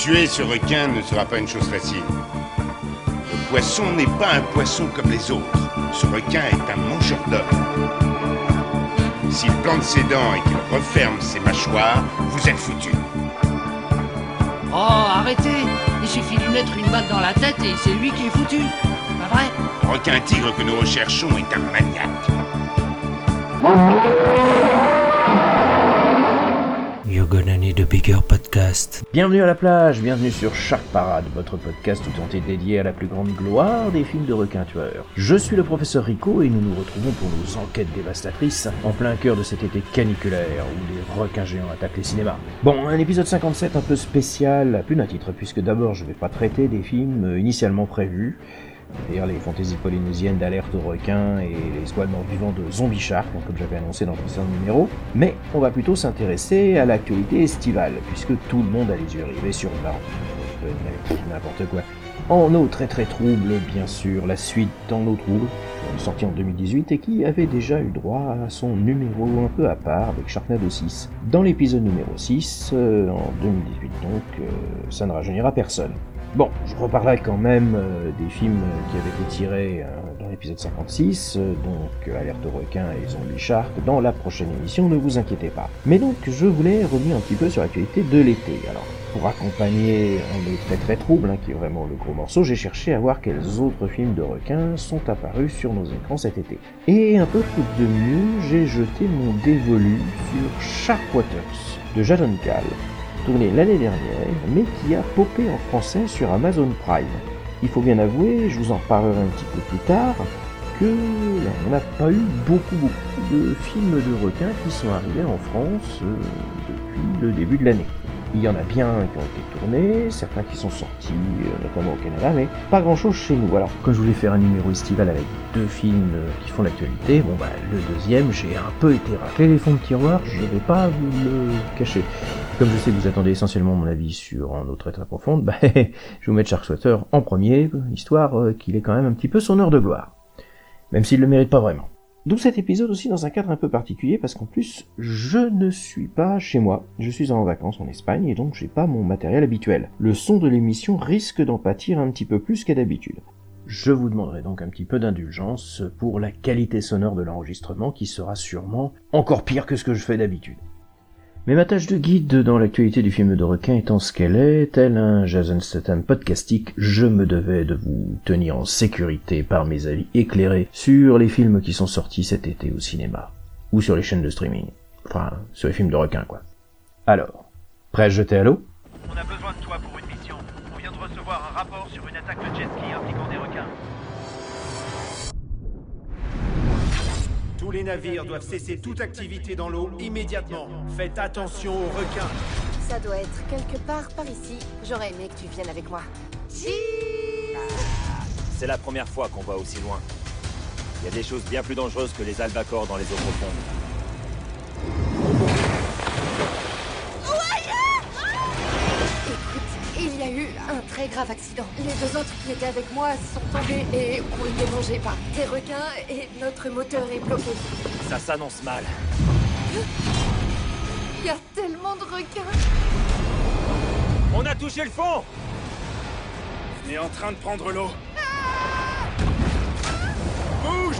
Tuer ce requin ne sera pas une chose facile. Le poisson n'est pas un poisson comme les autres. Ce requin est un mangeur d'hommes. S'il plante ses dents et qu'il referme ses mâchoires, vous êtes foutus. Oh, arrêtez! Il suffit de lui mettre une balle dans la tête et c'est lui qui est foutu. Pas vrai? Le requin-tigre que nous recherchons est un maniaque. You're gonna need a bigger podcast. Bienvenue à la plage, bienvenue sur Shark Parade, votre podcast tout entier dédié à la plus grande gloire des films de requins tueurs. Je suis le professeur Rico et nous nous retrouvons pour nos enquêtes dévastatrices en plein cœur de cet été caniculaire où les requins géants attaquent les cinémas. Bon, un épisode 57 un peu spécial, à plus d'un titre, puisque d'abord je vais pas traiter des films initialement prévus, c'est-à-dire les fantaisies polynésiennes d'Alerte aux requins et les squads morts-vivants de Zombie Shark, comme j'avais annoncé dans le précédent numéro, mais on va plutôt s'intéresser à l'actualité estivale, puisque tout le monde a les yeux rivés sur n'importe quoi. En eau très trouble, bien sûr, la suite En eau trouble, sortie en 2018 et qui avait déjà eu droit à son numéro un peu à part avec Sharknado 6. Dans l'épisode numéro 6, en 2018 donc, ça ne rajeunira personne. Bon, je reparlerai quand même des films qui avaient été tirés dans l'épisode 56, donc Alerte aux requins et Zombie Shark, dans la prochaine émission, ne vous inquiétez pas. Mais donc, je voulais revenir un petit peu sur l'actualité de l'été. Alors, pour accompagner En eau très trouble, qui est vraiment le gros morceau, j'ai cherché à voir quels autres films de requins sont apparus sur nos écrans cet été. Et un peu faute de mieux, j'ai jeté mon dévolu sur Sharkwaters, de Jason Kall, tourné l'année dernière, mais qui a popé en français sur Amazon Prime. Il faut bien avouer, je vous en reparlerai un petit peu plus tard, qu'on n'a pas eu beaucoup de films de requins qui sont arrivés en France depuis le début de l'année. Il y en a bien qui ont été tournés, certains qui sont sortis, notamment au Canada, mais pas grand chose chez nous. Alors, quand je voulais faire un numéro estival avec deux films qui font l'actualité, le deuxième, j'ai un peu été raclé les fonds de tiroir, je ne vais pas vous le cacher. Comme je sais que vous attendez essentiellement mon avis sur En eau très profonde, je vais vous mettre Sharkwater en premier, histoire qu'il ait quand même un petit peu son heure de gloire. Même s'il le mérite pas vraiment. D'où cet épisode aussi dans un cadre un peu particulier, parce qu'en plus, je ne suis pas chez moi. Je suis en vacances en Espagne, et donc j'ai pas mon matériel habituel. Le son de l'émission risque d'en pâtir un petit peu plus qu'à d'habitude. Je vous demanderai donc un petit peu d'indulgence pour la qualité sonore de l'enregistrement, qui sera sûrement encore pire que ce que je fais d'habitude. Mais ma tâche de guide dans l'actualité du film de requin étant ce qu'elle est, tel un Jason Statham podcastique, je me devais de vous tenir en sécurité par mes avis éclairés sur les films qui sont sortis cet été au cinéma, ou sur les chaînes de streaming. Enfin, sur les films de requins, quoi. Alors, prêt à se jeter à l'eau ? On a besoin de toi pour une mission. On vient de recevoir un rapport sur une attaque de jet ski impliquant des requins. Tous les navires doivent cesser toute activité dans l'eau immédiatement. Faites attention aux requins. Ça doit être quelque part par ici. J'aurais aimé que tu viennes avec moi. C'est la première fois qu'on va aussi loin. Il y a des choses bien plus dangereuses que les albacores dans les eaux profondes. Écoute, il y a eu un très grave accident. Les deux autres qui étaient avec moi sont tombés et ont été mangés par des requins et notre moteur est bloqué. Ça s'annonce mal. Il y a tellement de requins. On a touché le fond! On est en train de prendre l'eau. Bouge!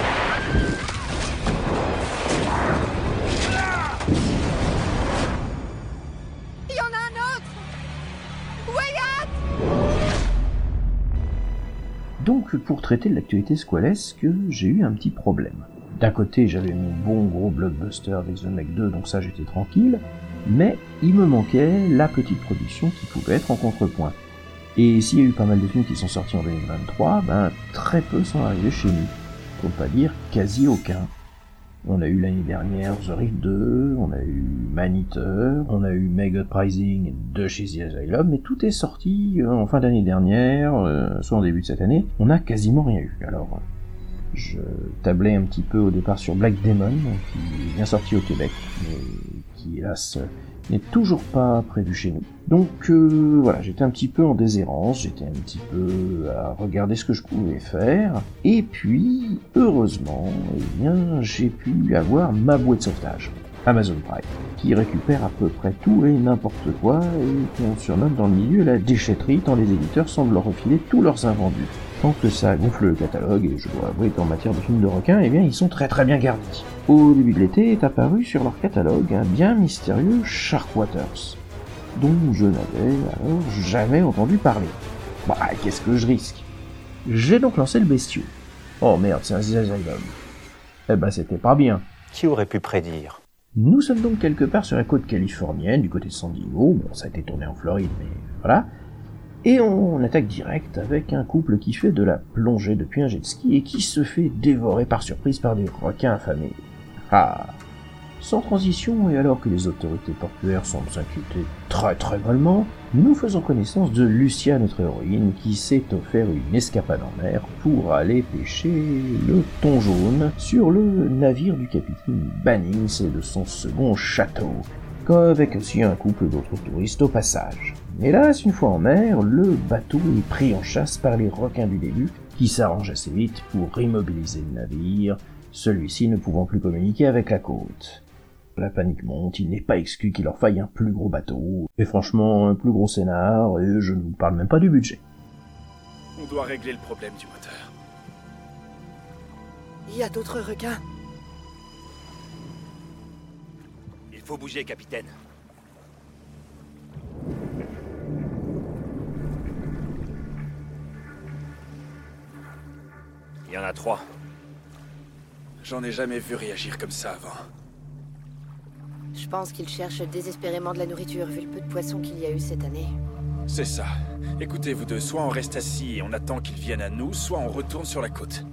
Il y en a un autre. Wyatt! Donc, pour traiter de l'actualité squalesque, j'ai eu un petit problème. D'un côté, j'avais mon bon gros blockbuster avec The Meg 2, donc ça j'étais tranquille, mais il me manquait la petite production qui pouvait être en contrepoint. Et s'il y a eu pas mal de films qui sont sortis en 2023, très peu sont arrivés chez nous. Pour ne pas dire quasi aucun. On a eu l'année dernière The Rift 2, on a eu Man-Eater, on a eu Meg Uprising de chez The Asylum, mais tout est sorti en fin d'année dernière, soit en début de cette année, on n'a quasiment rien eu. Alors, je tablais un petit peu au départ sur Black Demon, qui est bien sorti au Québec, mais qui hélas n'est toujours pas prévu chez nous. Donc voilà, j'étais un petit peu en déshérence, j'étais un petit peu à regarder ce que je pouvais faire, et puis, heureusement, j'ai pu avoir ma bouée de sauvetage. Amazon Prime, qui récupère à peu près tout et n'importe quoi et qu'on surnomme dans le milieu la déchetterie tant les éditeurs semblent leur refiler tous leurs invendus. Tant que ça gonfle le catalogue, et je dois avouer qu'en matière de films de requins, eh bien ils sont très très bien garnis. Au début de l'été est apparu sur leur catalogue un bien mystérieux Sharkwaters, dont je n'avais alors jamais entendu parler. Bah, qu'est-ce que je risque? J'ai donc lancé le bestiau. Oh merde, c'est un The Asylum. Eh ben c'était pas bien. Qui aurait pu prédire? Nous sommes donc quelque part sur la côte californienne, du côté de San Diego, bon ça a été tourné en Floride, mais voilà, et on attaque direct avec un couple qui fait de la plongée depuis un jet ski et qui se fait dévorer par surprise par des requins affamés. Ah. Sans transition, et alors que les autorités portuaires semblent s'inquiéter très très mollement, nous faisons connaissance de Lucia, notre héroïne, qui s'est offert une escapade en mer pour aller pêcher le thon jaune sur le navire du capitaine Bannings et de son second château, avec aussi un couple d'autres touristes au passage. Hélas, une fois en mer, le bateau est pris en chasse par les requins du début, qui s'arrangent assez vite pour immobiliser le navire, celui-ci ne pouvant plus communiquer avec la côte. La panique monte, il n'est pas exclu qu'il leur faille un plus gros bateau, et franchement un plus gros scénar, et je ne vous parle même pas du budget. On doit régler le problème du moteur. Il y a d'autres requins. Il faut bouger, capitaine. Il y en a 3. J'en ai jamais vu réagir comme ça avant. Je pense qu'ils cherchent désespérément de la nourriture, vu le peu de poissons qu'il y a eu cette année. C'est ça. Écoutez, vous deux, soit on reste assis et on attend qu'ils viennent à nous, soit on retourne sur la côte.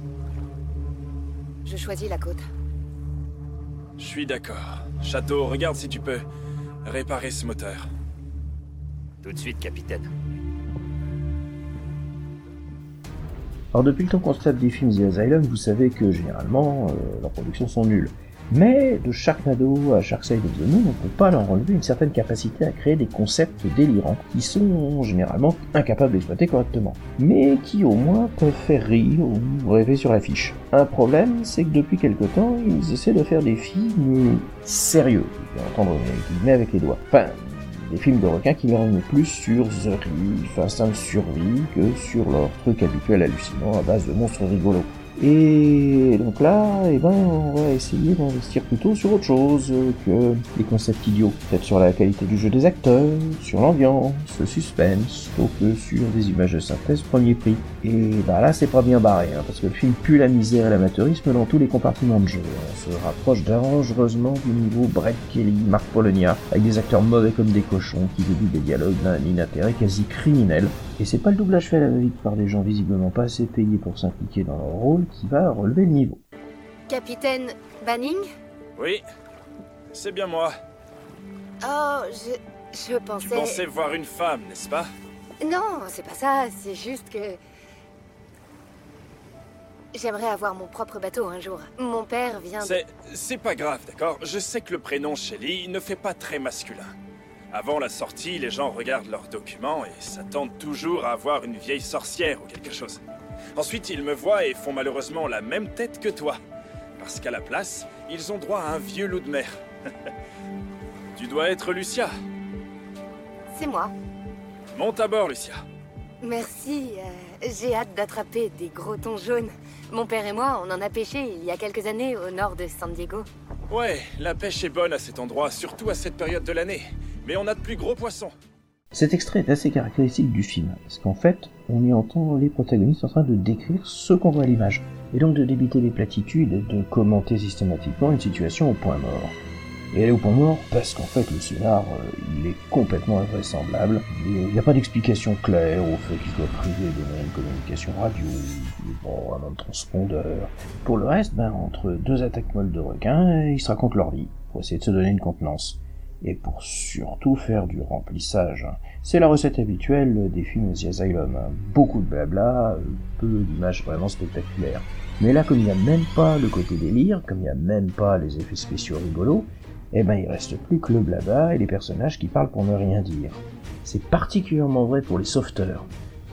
Je choisis la côte. Je suis d'accord. Château, regarde si tu peux réparer ce moteur. Tout de suite, capitaine. Alors depuis le temps qu'on se tape des films The Asylum, vous savez que généralement, leurs productions sont nulles. Mais de Sharknado à Shark Side of the Moon, on peut pas leur enlever une certaine capacité à créer des concepts délirants, qui sont généralement incapables d'exploiter correctement, mais qui au moins peuvent faire rire ou rêver sur l'affiche. Un problème, c'est que depuis quelque temps, ils essaient de faire des films sérieux, bien entendre les guillemets avec les doigts. Enfin, des films de requins qui leur plus sur The Reef, Instinct de survie, que sur leur truc habituel hallucinant à base de monstres rigolos. Et donc là, eh ben, on va essayer d'investir plutôt sur autre chose que des concepts idiots. Peut-être sur la qualité du jeu des acteurs, sur l'ambiance, le suspense, plutôt que sur des images de synthèse premier prix. Et bah là, c'est pas bien barré, parce que le film pue la misère et l'amateurisme dans tous les compartiments de jeu. On se rapproche dangereusement du niveau Brett Kelly, Marc Polonia, avec des acteurs mauvais comme des cochons qui débutent des dialogues d'un inintérêt quasi criminel. Et c'est pas le doublage fait à la va-vite par des gens visiblement pas assez payés pour s'impliquer dans leur rôle qui va relever le niveau. Capitaine Banning? Oui, c'est bien moi. Oh, je pensais... Tu pensais voir une femme, n'est-ce pas? Non, c'est pas ça, c'est juste que... J'aimerais avoir mon propre bateau un jour. Mon père vient de... C'est pas grave, d'accord? Je sais que le prénom Shelly ne fait pas très masculin. Avant la sortie, les gens regardent leurs documents et s'attendent toujours à avoir une vieille sorcière ou quelque chose. Ensuite, ils me voient et font malheureusement la même tête que toi. Parce qu'à la place, ils ont droit à un vieux loup de mer. Tu dois être Lucia. C'est moi. Monte à bord, Lucia. Merci, j'ai hâte d'attraper des gros thons jaunes. Mon père et moi, on en a pêché il y a quelques années au nord de San Diego. Ouais, la pêche est bonne à cet endroit, surtout à cette période de l'année. Mais on a de plus gros poissons. Cet extrait est assez caractéristique du film, parce qu'en fait, on y entend les protagonistes en train de décrire ce qu'on voit à l'image, et donc de débiter des platitudes et de commenter systématiquement une situation au point mort. Et elle est au point mort parce qu'en fait le scénar, il est complètement invraisemblable. Il n'y a pas d'explication claire au fait qu'il soit privé de moyens de communication radio, vraiment de transpondeur. Pour le reste, entre deux attaques molles de requins, ils se racontent leur vie, pour essayer de se donner une contenance. Et pour surtout faire du remplissage. C'est la recette habituelle des films The Asylum. Beaucoup de blabla, peu d'images vraiment spectaculaires. Mais là, comme il n'y a même pas le côté délire, comme il n'y a même pas les effets spéciaux rigolos, il reste plus que le blabla et les personnages qui parlent pour ne rien dire. C'est particulièrement vrai pour les sauveteurs.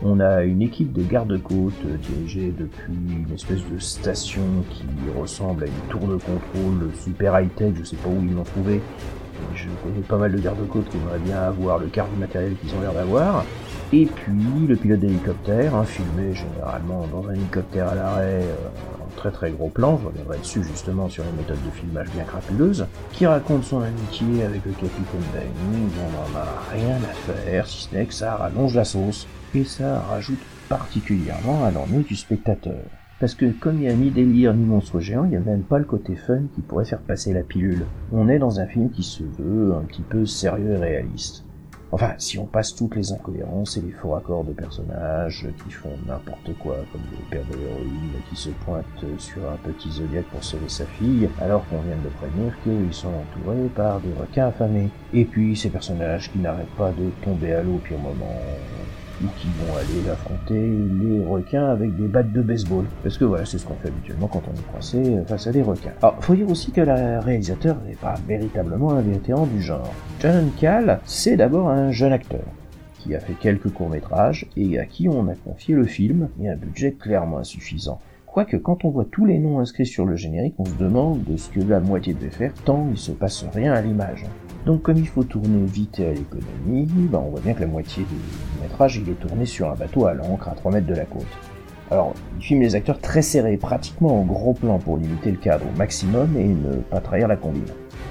On a une équipe de garde-côtes dirigée depuis une espèce de station qui ressemble à une tour de contrôle super high-tech, je sais pas où ils l'ont trouvé. Je connais pas mal de garde-côtes qui aimeraient bien avoir le quart du matériel qu'ils ont l'air d'avoir. Et puis le pilote d'hélicoptère, filmé généralement dans un hélicoptère à l'arrêt en très très gros plan, je reviendrai dessus justement sur les méthodes de filmage bien crapuleuses, qui raconte son amitié avec le capitaine Benny, dont on n'en a rien à faire, si ce n'est que ça rallonge la sauce, et ça rajoute particulièrement à l'ennui du spectateur. Parce que comme il n'y a ni délire ni monstre géant, il n'y a même pas le côté fun qui pourrait faire passer la pilule. On est dans un film qui se veut un petit peu sérieux et réaliste. Enfin, si on passe toutes les incohérences et les faux raccords de personnages qui font n'importe quoi, comme le père de l'héroïne qui se pointe sur un petit Zodiac pour sauver sa fille, alors qu'on vient de le prévenir qu'ils sont entourés par des requins affamés. Et puis ces personnages qui n'arrêtent pas de tomber à l'eau au pire moment, ou qui vont aller affronter les requins avec des battes de baseball. Parce que voilà, c'est ce qu'on fait habituellement quand on est coincé face à des requins. Alors, faut dire aussi que le réalisateur n'est pas véritablement un vétéran du genre. John Cale, c'est d'abord un jeune acteur, qui a fait quelques courts-métrages, et à qui on a confié le film, et un budget clairement insuffisant. Quoique quand on voit tous les noms inscrits sur le générique, on se demande de ce que la moitié devait faire, tant il se passe rien à l'image. Donc comme il faut tourner vite et à l'économie, on voit bien que la moitié du métrage il est tourné sur un bateau à l'ancre à 3 mètres de la côte. Alors, il filme les acteurs très serrés, pratiquement en gros plan pour limiter le cadre au maximum et ne pas trahir la combine.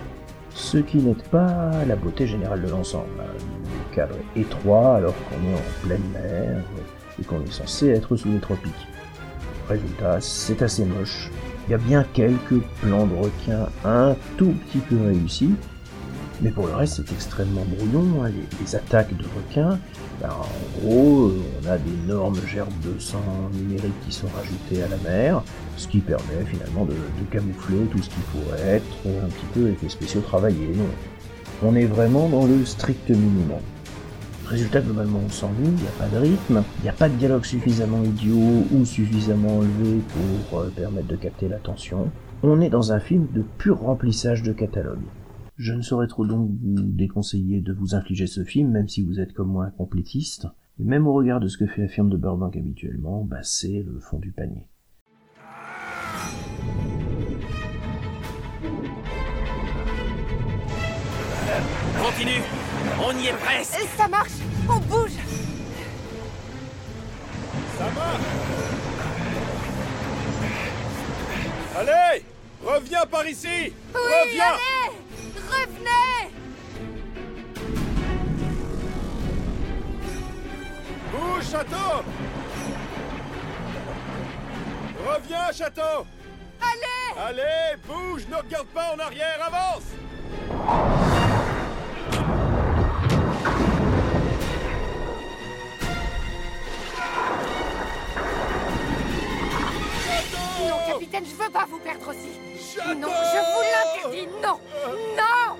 Ce qui n'aide pas la beauté générale de l'ensemble. Le cadre est étroit alors qu'on est en pleine mer et qu'on est censé être sous les tropiques. Résultat, c'est assez moche. Il y a bien quelques plans de requins un tout petit peu réussis, mais pour le reste c'est extrêmement brouillon. Les attaques de requins, en gros on a d'énormes gerbes de sang numériques qui sont rajoutées à la mer, ce qui permet finalement de camoufler tout ce qui pourrait être un petit peu effets spéciaux travaillés. Non, on est vraiment dans le strict minimum. Résultat, globalement, on s'ennuie, il n'y a pas de rythme, il n'y a pas de dialogue suffisamment idiot ou suffisamment élevé pour permettre de capter l'attention. On est dans un film de pur remplissage de catalogue. Je ne saurais trop donc vous déconseiller de vous infliger ce film, même si vous êtes comme moi un complétiste. Et même au regard de ce que fait la firme de Burbank habituellement, c'est le fond du panier. Continue, on y est presque. Ça marche, on bouge. Ça marche. Allez, reviens par ici. Oui, reviens. allez, revenez. Bouge, Château. Reviens, Château. Allez. Allez, bouge, ne regarde pas en arrière, avance. Non, capitaine, je veux pas vous perdre aussi. Château. Non, je vous l'interdis, non. Non.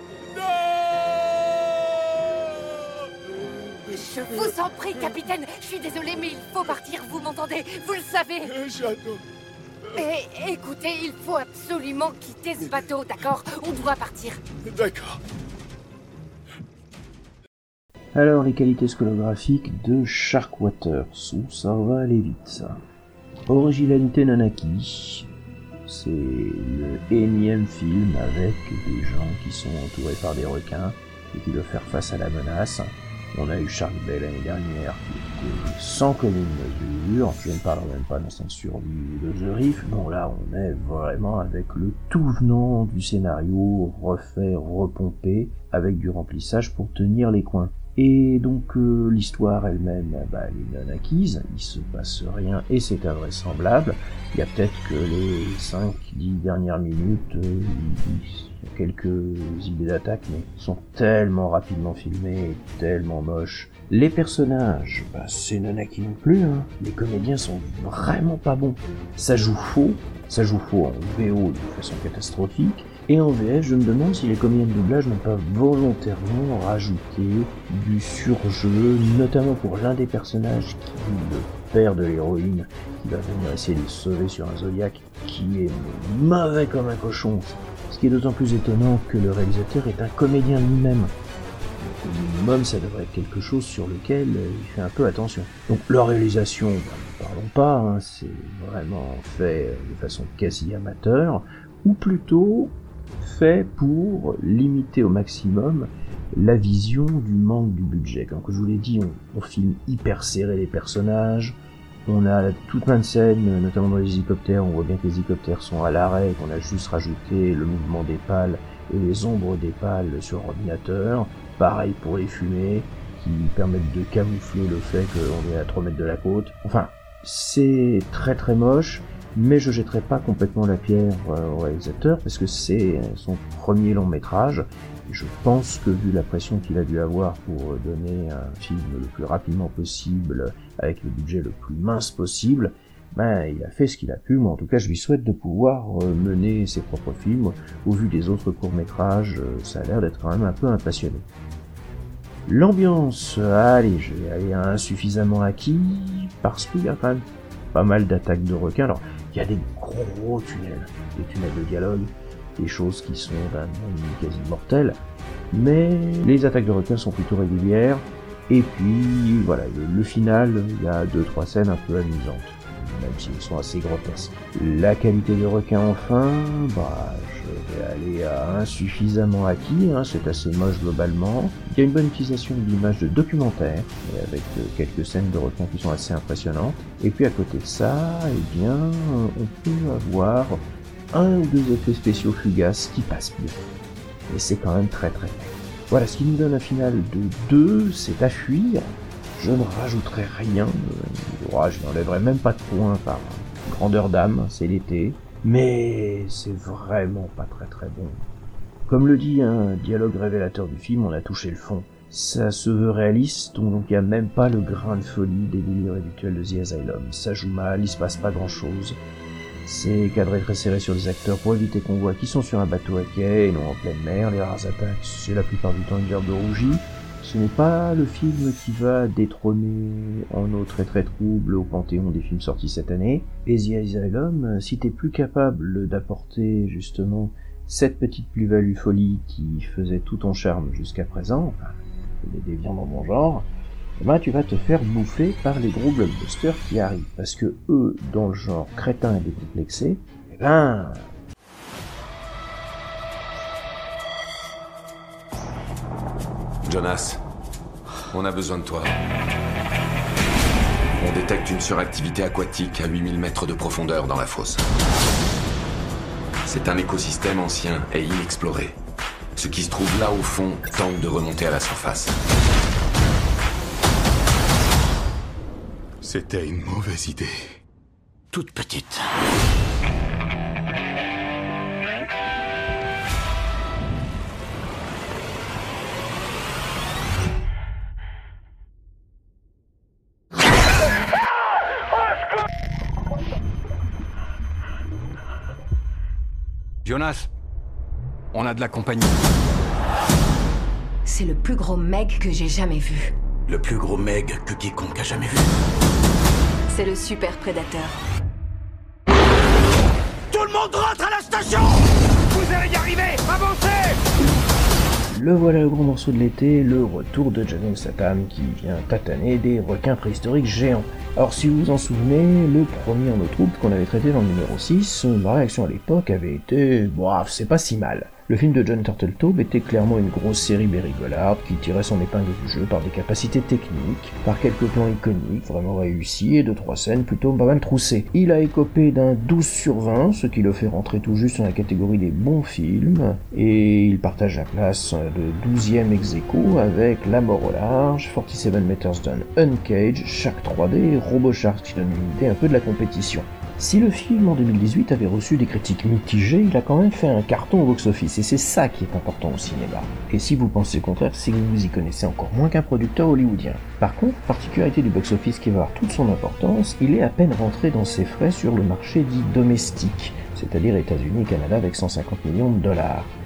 Je vous en prie, capitaine. Je suis désolée, mais il faut partir, vous m'entendez? Vous le savez. Château. Et écoutez, il faut absolument quitter ce bateau, d'accord? On doit partir. D'accord. Alors, les qualités scolographiques de Sharkwater, ça va aller vite, ça. Originalité non acquis, c'est le énième film avec des gens qui sont entourés par des requins et qui doivent faire face à la menace. On a eu Shark Bay l'année dernière qui était sans commune mesure, je ne parle même pas d'instant de survie de The Reef. Bon là on est vraiment avec le tout venant du scénario refait, repompé, avec du remplissage pour tenir les coins. Et donc l'histoire elle-même, elle est non acquise, il se passe rien et c'est invraisemblable. Il y a peut-être que les 5-10 dernières minutes, il y a quelques idées d'attaque, mais sont tellement rapidement filmées et tellement moches. Les personnages, c'est non acquis non plus, hein. Les comédiens sont vraiment pas bons. Ça joue faux en VO de façon catastrophique. Et en VF, je me demande si les comédiens de doublage n'ont pas volontairement rajouté du surjeu, notamment pour l'un des personnages qui est le père de l'héroïne, qui va venir essayer de le sauver sur un Zodiac, qui est mauvais comme un cochon. Ce qui est d'autant plus étonnant que le réalisateur est un comédien lui-même. Au minimum, ça devrait être quelque chose sur lequel il fait un peu attention. Donc la réalisation, ne parlons pas, hein, c'est vraiment fait de façon quasi amateur, ou plutôt fait pour limiter au maximum la vision du manque du budget. Comme je vous l'ai dit, on filme hyper serré les personnages, on a toute plein de scènes, notamment dans les hélicoptères, on voit bien que les hélicoptères sont à l'arrêt, qu'on a juste rajouté le mouvement des pales et les ombres des pales sur ordinateur. Pareil pour les fumées, qui permettent de camoufler le fait qu'on est à 3 mètres de la côte. Enfin, c'est très très moche, mais je jetterai pas complètement la pierre au réalisateur, parce que c'est son premier long métrage. Je pense que vu la pression qu'il a dû avoir pour donner un film le plus rapidement possible, avec le budget le plus mince possible, il a fait ce qu'il a pu. Moi en tout cas je lui souhaite de pouvoir mener ses propres films. Au vu des autres courts-métrages, ça a l'air d'être quand même un peu impressionnant. L'ambiance, allez, je vais aller à insuffisamment acquis, parce qu'il y a quand même pas mal d'attaques de requins. Alors, il y a des gros tunnels, des tunnels de dialogue, des choses qui sont d'un nombre quasi mortel, mais les attaques de requins sont plutôt régulières, et puis voilà, le final, il y a 2-3 scènes un peu amusantes, même si elles sont assez grotesques. La qualité de requin enfin, je vais aller à insuffisamment acquis, c'est assez moche globalement. Il y a une bonne utilisation de l'image de documentaire, avec quelques scènes de requins qui sont assez impressionnantes, et puis à côté de ça, on peut avoir un ou deux effets spéciaux fugaces qui passent bien. Et c'est quand même très très bien. Voilà, ce qui nous donne un final de 2, c'est à fuir. Je ne rajouterai rien, je n'enlèverai même pas de points par grandeur d'âme, c'est l'été, mais c'est vraiment pas très très bon. Comme le dit un dialogue révélateur du film, on a touché le fond. Ça se veut réaliste, donc il n'y a même pas le grain de folie des délires habituels de The Asylum. Ça joue mal, il se passe pas grand chose. C'est cadré très serré sur les acteurs pour éviter qu'on voit qu'ils sont sur un bateau à quai et non en pleine mer. Les rares attaques, c'est la plupart du temps une gerbe de rougie. Ce n'est pas le film qui va détrôner en eau très très trouble au panthéon des films sortis cette année. Et The Asylum, si t'es plus capable d'apporter justement cette petite plus-value folie qui faisait tout ton charme jusqu'à présent, les déviants dans mon genre, tu vas te faire bouffer par les gros blockbusters qui arrivent. Parce que eux, dans le genre crétin et décomplexé, Jonas, on a besoin de toi. On détecte une suractivité aquatique à 8000 mètres de profondeur dans la fosse. C'est un écosystème ancien et inexploré. Ce qui se trouve là au fond tente de remonter à la surface. C'était une mauvaise idée. Toute petite. Jonas, on a de la compagnie. C'est le plus gros meg que j'ai jamais vu. Le plus gros meg que quiconque a jamais vu. C'est le super prédateur. Tout le monde rentre à la station! Vous allez y arriver! Avancez! Le voilà le gros morceau de l'été, le retour de Jason Statham qui vient tataner des requins préhistoriques géants. Alors si vous vous en souvenez, le premier en eau trouble qu'on avait traité dans le numéro 6, ma réaction à l'époque avait été « c'est pas si mal ». Le film de John Turteltaub était clairement une grosse série bérigolarde qui tirait son épingle du jeu par des capacités techniques, par quelques plans iconiques vraiment réussis et 2-3 scènes plutôt pas mal troussées. Il a écopé d'un 12/20, ce qui le fait rentrer tout juste dans la catégorie des bons films, et il partage la place de 12e ex-aequo avec La mort au large, 47 Meters Down Uncaged, Shark 3D et RoboShark qui donne une idée un peu de la compétition. Si le film en 2018 avait reçu des critiques mitigées, il a quand même fait un carton au box-office, et c'est ça qui est important au cinéma. Et si vous pensez le contraire, c'est que vous y connaissez encore moins qu'un producteur hollywoodien. Par contre, particularité du box-office qui va avoir toute son importance, il est à peine rentré dans ses frais sur le marché dit domestique, c'est-à-dire États-Unis et Canada avec 150 millions de dollars.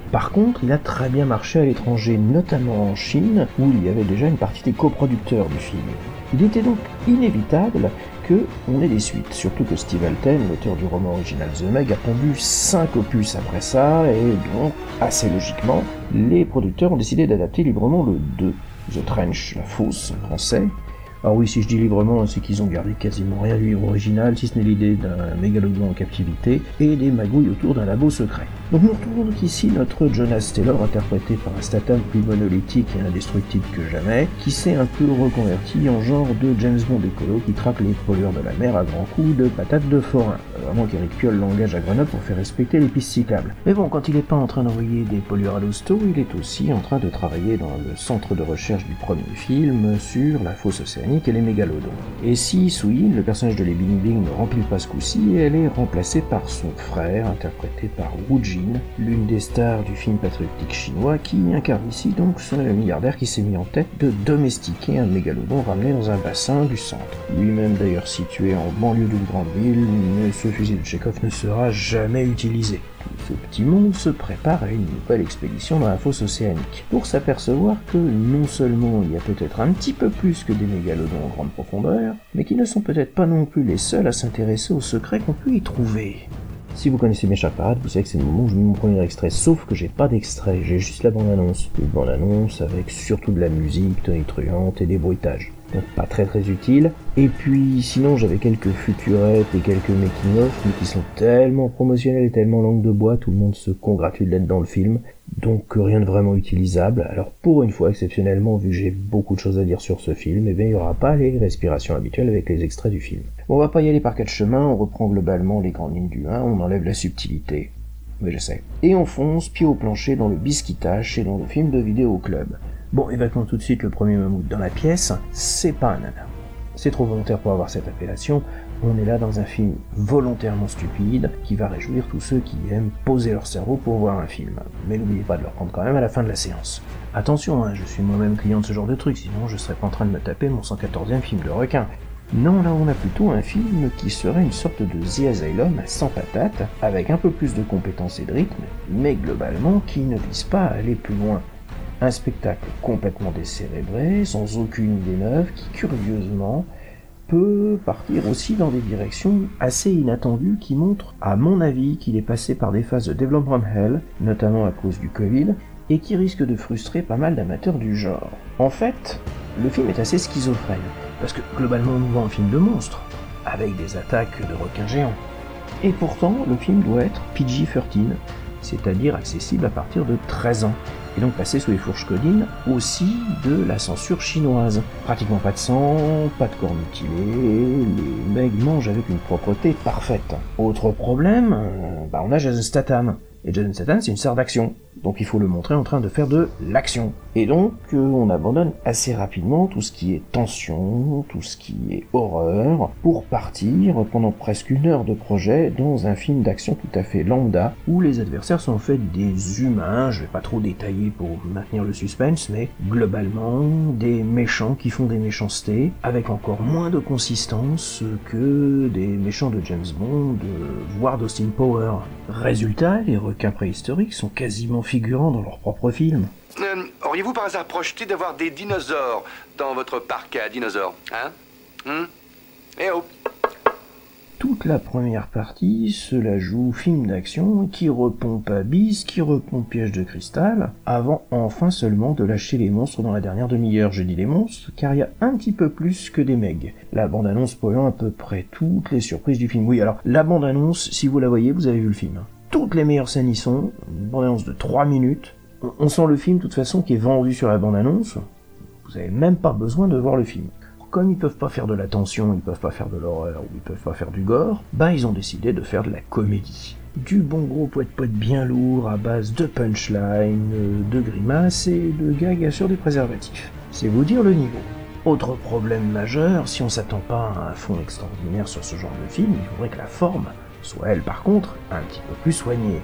Par contre, il a très bien marché à l'étranger, notamment en Chine, où il y avait déjà une partie des coproducteurs du film. Il était donc inévitable qu'on ait des suites, surtout que Steve Alten, l'auteur du roman original The Meg, a pondu 5 opus après ça, et donc, assez logiquement, les producteurs ont décidé d'adapter librement le 2, The Trench, la fosse en français. Alors oui, si je dis librement, c'est qu'ils ont gardé quasiment rien du livre original, si ce n'est l'idée d'un mégalodon en captivité et des magouilles autour d'un labo secret. Donc nous retrouvons donc ici notre Jonas Taylor, interprété par un Statham plus monolithique et indestructible que jamais, qui s'est un peu reconverti en genre de James Bond écolo qui traque les pollueurs de la mer à grands coups de patates de forain. Vraiment qu'Eric Piolle l'engage à Grenoble pour faire respecter les pistes cyclables. Mais bon, quand il n'est pas en train d'envoyer des pollueurs à l'hosto, il est aussi en train de travailler dans le centre de recherche du premier film sur la fosse océanique et les mégalodons. Et si Soo-Yin, le personnage de Lee Bing-Bing, ne remplit pas ce coup-ci, elle est remplacée par son frère, interprété par Wu Jin, l'une des stars du film patriotique chinois, qui incarne ici donc ce milliardaire qui s'est mis en tête de domestiquer un mégalodon ramené dans un bassin du centre. Lui-même d'ailleurs situé en banlieue d'une grande ville, mais ce fusil de Chekhov ne sera jamais utilisé. Ce petit monde se prépare à une nouvelle expédition dans la fosse océanique, pour s'apercevoir que non seulement il y a peut-être un petit peu plus que des mégalodons en grande profondeur, mais qu'ils ne sont peut-être pas non plus les seuls à s'intéresser aux secrets qu'on peut y trouver. Si vous connaissez mes charparades, vous savez que c'est le moment où je mets mon premier extrait, sauf que j'ai pas d'extrait, j'ai juste la bande-annonce. Une bande-annonce avec surtout de la musique tonitruante et des bruitages. Donc pas très utile. Et puis sinon j'avais quelques futurettes et quelques making-of, mais qui sont tellement promotionnels et tellement langue de bois, tout le monde se congratule d'être dans le film. Donc rien de vraiment utilisable. Alors pour une fois, exceptionnellement, vu que j'ai beaucoup de choses à dire sur ce film, eh bien il n'y aura pas les respirations habituelles avec les extraits du film. Bon, on va pas y aller par 4 chemins, on reprend globalement les grandes lignes du 1, on enlève la subtilité. Mais je sais. Et on fonce pied au plancher dans le biscuitage et dans le film de vidéo club. Bon, évacuons tout de suite le premier mammouth dans la pièce, c'est pas un nanar. C'est trop volontaire pour avoir cette appellation, on est là dans un film volontairement stupide qui va réjouir tous ceux qui aiment poser leur cerveau pour voir un film. Mais n'oubliez pas de le reprendre quand même à la fin de la séance. Attention, je suis moi-même client de ce genre de truc, sinon je serais pas en train de me taper mon 114e film de requin. Non, là on a plutôt un film qui serait une sorte de The Asylum sans patate, avec un peu plus de compétences et de rythme, mais globalement qui ne vise pas à aller plus loin. Un spectacle complètement décérébré, sans aucune idée neuve, qui curieusement peut partir aussi dans des directions assez inattendues qui montrent, à mon avis, qu'il est passé par des phases de development hell, notamment à cause du Covid, et qui risque de frustrer pas mal d'amateurs du genre. En fait, le film est assez schizophrène, parce que globalement on nous voit un film de monstre, avec des attaques de requins géants. Et pourtant, le film doit être PG-13, c'est-à-dire accessible à partir de 13 ans. Et donc passer sous les fourches codines aussi de la censure chinoise. Pratiquement pas de sang, pas de corps mutilés, les mecs mangent avec une propreté parfaite. Autre problème, on a Jason Statham. Et Jason Statham, c'est une star d'action. Donc il faut le montrer en train de faire de l'action. Et donc on abandonne assez rapidement tout ce qui est tension, tout ce qui est horreur, pour partir pendant presque 1 heure de projet dans un film d'action tout à fait lambda, où les adversaires sont en fait des humains, je vais pas trop détailler pour maintenir le suspense, mais globalement des méchants qui font des méchancetés, avec encore moins de consistance que des méchants de James Bond, voire d'Austin Powers. Résultat, les requins préhistoriques sont quasiment figurants dans leur propre film. Auriez-vous par hasard projeté d'avoir des dinosaures dans votre parc à dinosaures, Eh oh! Toute la première partie se la joue film d'action qui repompe Abyss, qui repompe Piège de cristal, avant enfin seulement de lâcher les monstres dans la dernière demi-heure. Je dis les monstres, car il y a un petit peu plus que des megs. La bande-annonce spoilant à peu près toutes les surprises du film. Oui, alors, la bande-annonce, si vous la voyez, vous avez vu le film. Toutes les meilleures scènes y sont, une bande-annonce de 3 minutes. On sent le film, de toute façon, qui est vendu sur la bande-annonce. Vous avez même pas besoin de voir le film. Comme ils peuvent pas faire de la tension, ils peuvent pas faire de l'horreur, ou ils peuvent pas faire du gore, ils ont décidé de faire de la comédie. Du bon gros poète-poète bien lourd, à base de punchline, de grimaces et de gags sur des préservatifs. C'est vous dire le niveau. Autre problème majeur, si on s'attend pas à un fond extraordinaire sur ce genre de film, il faudrait que la forme soit elle par contre un petit peu plus soignée.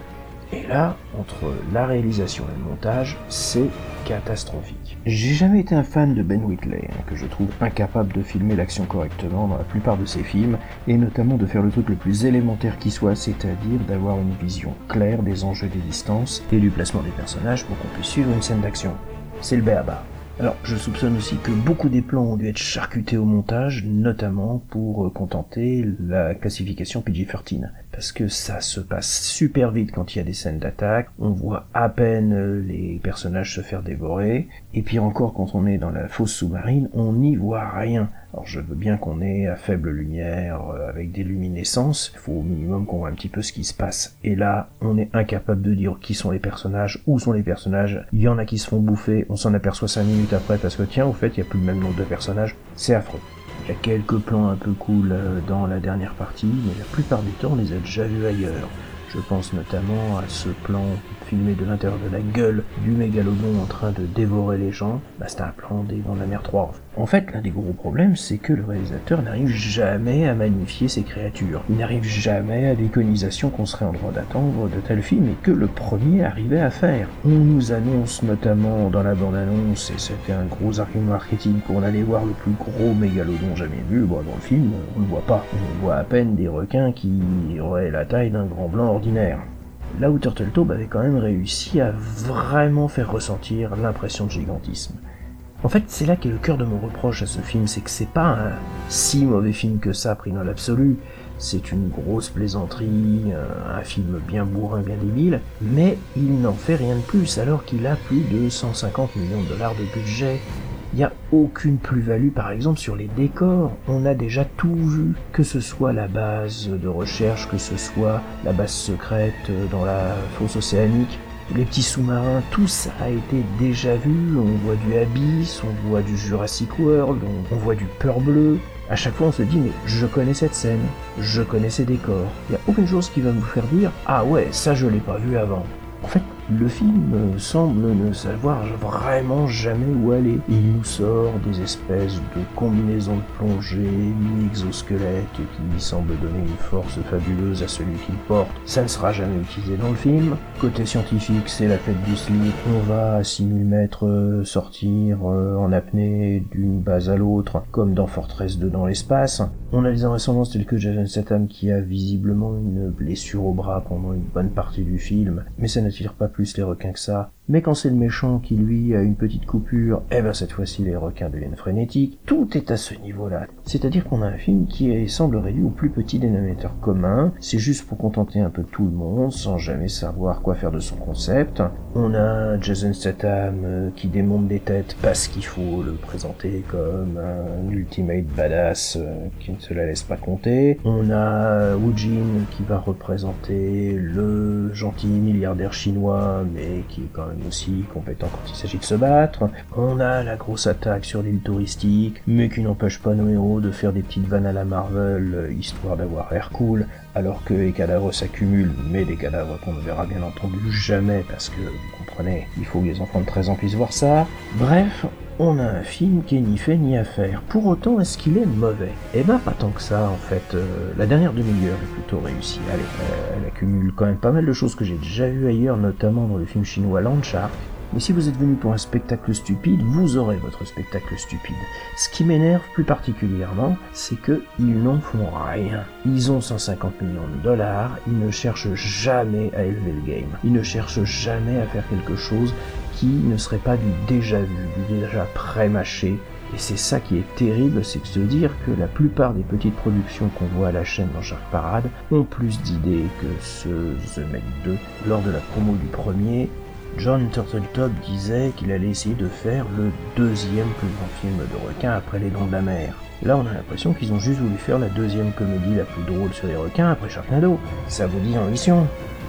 Et là, entre la réalisation et le montage, c'est catastrophique. J'ai jamais été un fan de Ben Wheatley, que je trouve incapable de filmer l'action correctement dans la plupart de ses films, et notamment de faire le truc le plus élémentaire qui soit, c'est-à-dire d'avoir une vision claire des enjeux des distances et du placement des personnages pour qu'on puisse suivre une scène d'action. C'est le b.a.-ba. Alors, je soupçonne aussi que beaucoup des plans ont dû être charcutés au montage, notamment pour contenter la classification PG-13. Parce que ça se passe super vite quand il y a des scènes d'attaque, on voit à peine les personnages se faire dévorer, et puis encore quand on est dans la fosse sous-marine, on n'y voit rien. Alors je veux bien qu'on est à faible lumière, avec des luminescences, il faut au minimum qu'on voit un petit peu ce qui se passe. Et là, on est incapable de dire qui sont les personnages, où sont les personnages, il y en a qui se font bouffer, on s'en aperçoit 5 minutes après parce que tiens, au fait, il n'y a plus le même nombre de personnages, c'est affreux. Il y a quelques plans un peu cool dans la dernière partie, mais la plupart du temps, on les a déjà vus ailleurs. Je pense notamment à ce plan filmé de l'intérieur de la gueule du mégalodon en train de dévorer les gens. C'est un plan des Dents de la Mer 3. En fait, l'un des gros problèmes, c'est que le réalisateur n'arrive jamais à magnifier ces créatures. Il n'arrive jamais à l'iconisation qu'on serait en droit d'attendre de tel film et que le premier arrivait à faire. On nous annonce notamment dans la bande-annonce, et c'était un gros argument marketing, qu'on allait voir le plus gros mégalodon jamais vu. Bon, dans le film, on ne voit pas. On voit à peine des requins qui auraient la taille d'un grand blanc ordinaire. Là où Turteltaub avait quand même réussi à vraiment faire ressentir l'impression de gigantisme. En fait, c'est là qu'est le cœur de mon reproche à ce film, c'est que c'est pas un si mauvais film que ça pris dans l'absolu. C'est une grosse plaisanterie, un film bien bourrin, bien débile, mais il n'en fait rien de plus alors qu'il a plus de 150 millions de dollars de budget. Il n'y a aucune plus-value par exemple sur les décors, on a déjà tout vu, que ce soit la base de recherche, que ce soit la base secrète dans la fosse océanique, les petits sous-marins, tout ça a été déjà vu, on voit du Abyss, on voit du Jurassic World, on voit du Peur Bleu. À chaque fois on se dit mais je connais cette scène, je connais ces décors. Il n'y a aucune chose qui va nous faire dire ah ouais ça je l'ai pas vu avant. En fait, le film semble ne savoir vraiment jamais où aller. Il nous sort des espèces de combinaisons de plongée, mi-exosquelettes qui semblent donner une force fabuleuse à celui qui le porte. Ça ne sera jamais utilisé dans le film. Côté scientifique, c'est la fête du slip. On va à 6000 mètres sortir en apnée d'une base à l'autre, comme dans Fortress 2 dans l'espace. On a des invraisemblances telles que Jason Statham qui a visiblement une blessure au bras pendant une bonne partie du film, mais ça n'attire pas plus les requins que ça. Mais quand c'est le méchant qui lui a une petite coupure, cette fois-ci les requins deviennent frénétiques. Tout est à ce niveau-là. C'est-à-dire qu'on a un film qui semble réduit au plus petit dénominateur commun. C'est juste pour contenter un peu tout le monde, sans jamais savoir quoi faire de son concept. On a Jason Statham qui démonte des têtes parce qu'il faut le présenter comme un ultimate badass qui ne se la laisse pas compter. On a Wu Jin qui va représenter le gentil milliardaire chinois, mais qui est quand même aussi compétent quand il s'agit de se battre. On a la grosse attaque sur l'île touristique, mais qui n'empêche pas nos héros de faire des petites vannes à la Marvel, histoire d'avoir l'air cool, alors que les cadavres s'accumulent, mais des cadavres qu'on ne verra bien entendu jamais, parce que, vous comprenez, il faut que les enfants de 13 ans puissent voir ça. Bref, on a un film qui est ni fait ni à faire. Pour autant, est-ce qu'il est mauvais ? Pas tant que ça, en fait. La dernière demi-heure est plutôt réussie. Allez, elle accumule quand même pas mal de choses que j'ai déjà vues ailleurs, notamment dans le film chinois Land Shark. Mais si vous êtes venu pour un spectacle stupide, vous aurez votre spectacle stupide. Ce qui m'énerve plus particulièrement, c'est que ils n'en font rien. Ils ont 150 millions de dollars, ils ne cherchent jamais à élever le game. Ils ne cherchent jamais à faire quelque chose qui ne serait pas du déjà vu, du déjà pré-mâché. Et c'est ça qui est terrible, c'est de se dire que la plupart des petites productions qu'on voit à la chaîne dans Shark Parade ont plus d'idées que ce The Meg 2. Lors de la promo du premier, John Turteltaub disait qu'il allait essayer de faire le deuxième plus grand film de requins après Les Dents de la Mer. Là, on a l'impression qu'ils ont juste voulu faire la deuxième comédie la plus drôle sur les requins après Sharknado. Ça vous dit ambition ?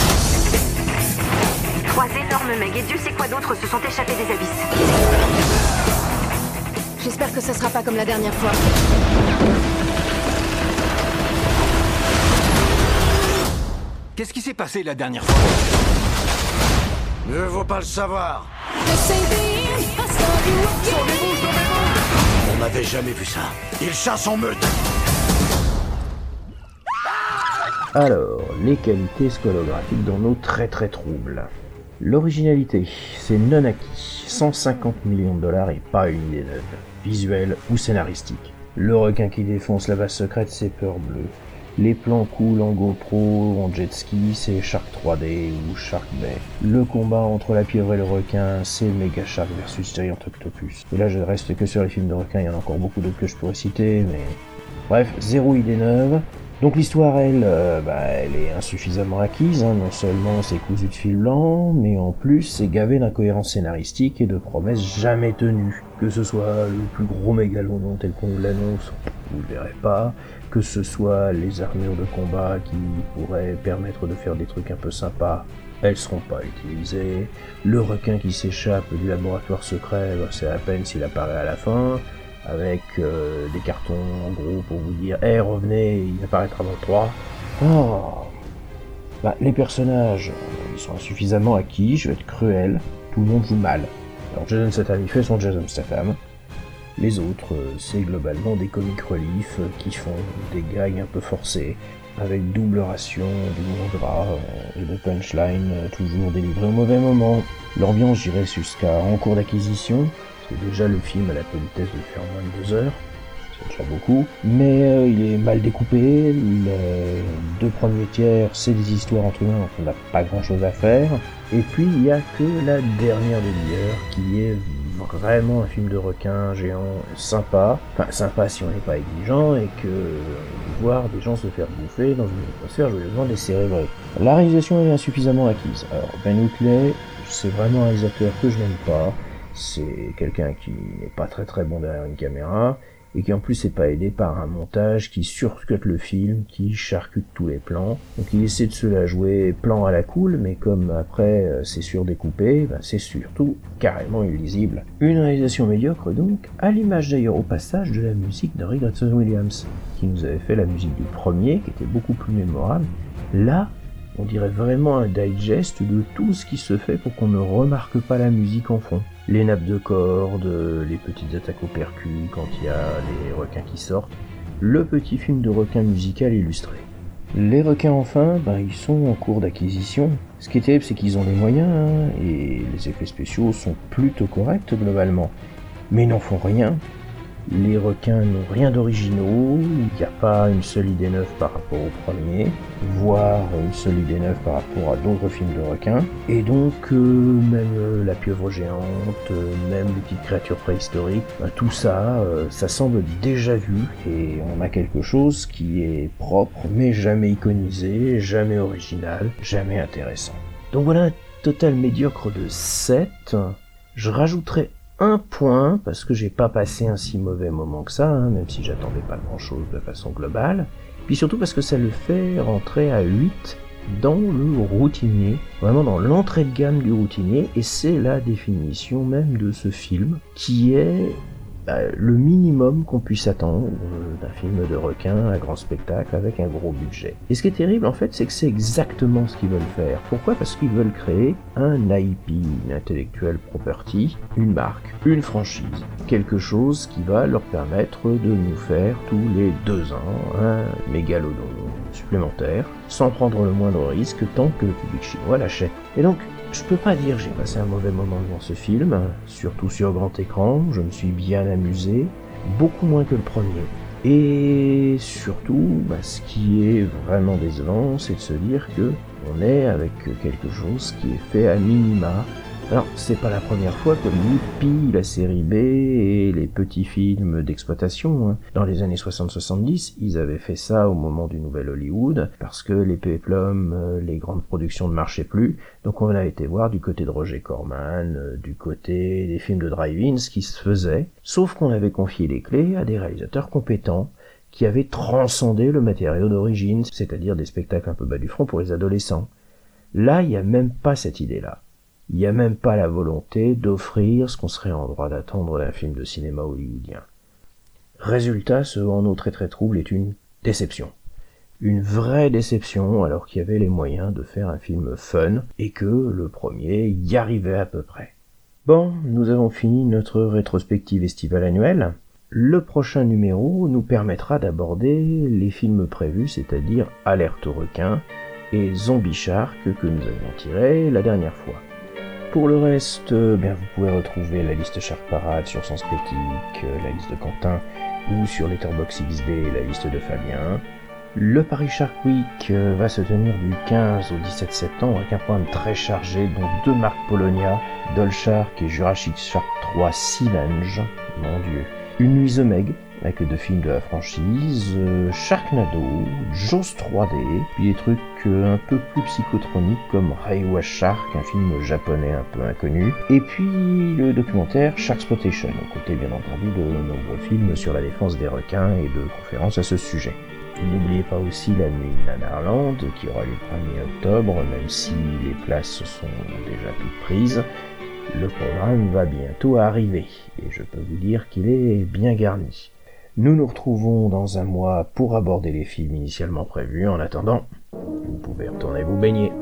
3 énormes megs et Dieu sait quoi d'autre se sont échappés des abysses. J'espère que ça sera pas comme la dernière fois. Qu'est-ce qui s'est passé la dernière fois ? Mieux vaut pas le savoir. On n'avait jamais vu ça. Il chasse en meute. Alors, les qualités scolographiques dans nos très troubles. L'originalité, c'est non acquis, 150 millions de dollars et pas une idée neuve, visuelle ou scénaristique. Le requin qui défonce la base secrète, c'est Peur Bleue. Les plans cool en GoPro, en jet ski, c'est Shark 3D ou Shark Bay. Le combat entre la pieuvre et le requin, c'est Mega Shark versus Giant Octopus. Et là, je reste que sur les films de requins, il y en a encore beaucoup d'autres que je pourrais citer, mais... Bref, zéro idée neuve. Donc l'histoire, elle est insuffisamment acquise, non seulement c'est cousu de fil blanc, mais en plus c'est gavé d'incohérences scénaristiques et de promesses jamais tenues. Que ce soit le plus gros mégalodon tel qu'on nous l'annonce, vous le verrez pas, que ce soit les armures de combat qui pourraient permettre de faire des trucs un peu sympas, elles seront pas utilisées. Le requin qui s'échappe du laboratoire secret, c'est à peine s'il apparaît à la fin, avec des cartons en gros pour vous dire « revenez, il apparaîtra dans le 3 ». Les personnages, ils sont insuffisamment acquis, je vais être cruel, tout le monde joue mal. Alors Jason Statham, il fait son Jason Statham. Les autres, c'est globalement des comic relief qui font des gags un peu forcés, avec double ration d'humour gras et de punchline toujours délivrés au mauvais moment. L'ambiance, j'irais jusqu'à en cours d'acquisition. Déjà le film a la politesse de faire moins de 2 heures, c'est déjà beaucoup, mais il est mal découpé, les 2 premiers tiers c'est des histoires entre humains donc on n'a pas grand chose à faire, et puis il n'y a que la dernière demi-heure qui est vraiment un film de requin géant sympa, sympa si on n'est pas exigeant, et que voir des gens se faire bouffer dans une atmosphère joyeusement décérébrée. La réalisation est insuffisamment acquise. Alors Ben Wheatley, c'est vraiment un réalisateur que je n'aime pas. C'est quelqu'un qui n'est pas très bon derrière une caméra, et qui en plus n'est pas aidé par un montage qui surcote le film, qui charcute tous les plans. Donc il essaie de se la jouer plan à la cool, mais comme après c'est surdécoupé, c'est surtout carrément illisible. Une réalisation médiocre donc, à l'image d'ailleurs au passage de la musique d'Henry Gregson Williams, qui nous avait fait la musique du premier, qui était beaucoup plus mémorable. Là, on dirait vraiment un digest de tout ce qui se fait pour qu'on ne remarque pas la musique en fond. Les nappes de cordes, les petites attaques au percu quand il y a les requins qui sortent, le petit film de requin musical illustré. Les requins enfin, ils sont en cours d'acquisition. Ce qui est terrible, c'est qu'ils ont les moyens, et les effets spéciaux sont plutôt corrects globalement. Mais ils n'en font rien. Les requins n'ont rien d'originaux, il n'y a pas une seule idée neuve par rapport au premier, voire une seule idée neuve par rapport à d'autres films de requins. Et donc, même la pieuvre géante, même les petites créatures préhistoriques, tout ça, ça semble déjà vu, et on a quelque chose qui est propre, mais jamais iconisé, jamais original, jamais intéressant. Donc voilà un total médiocre de 7. Je rajouterai un point, parce que j'ai pas passé un si mauvais moment que ça, même si j'attendais pas grand chose de façon globale, puis surtout parce que ça le fait rentrer à 8 dans le routinier, vraiment dans l'entrée de gamme du routinier, et c'est la définition même de ce film, qui est le minimum qu'on puisse attendre d'un film de requin à grand spectacle avec un gros budget. Et ce qui est terrible en fait, c'est que c'est exactement ce qu'ils veulent faire. Pourquoi ? Parce qu'ils veulent créer un IP, une intellectual property, une marque, une franchise, quelque chose qui va leur permettre de nous faire tous les 2 ans un mégalodon supplémentaire, sans prendre le moindre risque tant que le public chinois l'achète. Et donc, je peux pas dire que j'ai passé un mauvais moment devant ce film, surtout sur grand écran, je me suis bien amusé, beaucoup moins que le premier. Et surtout, ce qui est vraiment décevant, c'est de se dire que on est avec quelque chose qui est fait à minima. Alors, c'est pas la première fois qu'Hollywood pille la série B et les petits films d'exploitation. Dans les années 60-70, ils avaient fait ça au moment du nouvel Hollywood, parce que les péplums, les grandes productions ne marchaient plus, donc on a été voir du côté de Roger Corman, du côté des films de drive-in, ce qui se faisait, sauf qu'on avait confié les clés à des réalisateurs compétents, qui avaient transcendé le matériau d'origine, c'est-à-dire des spectacles un peu bas du front pour les adolescents. Là, il n'y a même pas cette idée-là. Il n'y a même pas la volonté d'offrir ce qu'on serait en droit d'attendre d'un film de cinéma hollywoodien. Résultat, ce En eau très trouble est une déception. Une vraie déception, alors qu'il y avait les moyens de faire un film fun, et que le premier y arrivait à peu près. Bon, nous avons fini notre rétrospective estivale annuelle. Le prochain numéro nous permettra d'aborder les films prévus, c'est-à-dire Alerte aux requins et Zombie Shark que nous avions tiré la dernière fois. Pour le reste, vous pouvez retrouver la liste Shark Parade sur Sens Critique, la liste de Quentin, ou sur Letterboxd XD, la liste de Fabien. Le Paris Shark Week va se tenir du 15 au 17 septembre avec un programme très chargé, dont 2 marques Polonia, Doll Shark et Jurassic Shark 3 Seavenge, mon dieu. Une nuit The Meg, avec 2 films de la franchise, Sharknado, Jaws 3D, puis des trucs un peu plus psychotroniques comme Reiwa Shark, un film japonais un peu inconnu, et puis le documentaire Sharksploitation, aux côtés bien entendu de nombreux films sur la défense des requins et de conférences à ce sujet. N'oubliez pas aussi la nuit Nanarland qui aura lieu le 1er octobre, même si les places sont déjà toutes prises. Le programme va bientôt arriver, et je peux vous dire qu'il est bien garni. Nous nous retrouvons dans un mois pour aborder les films initialement prévus. En attendant, vous pouvez retourner vous baigner.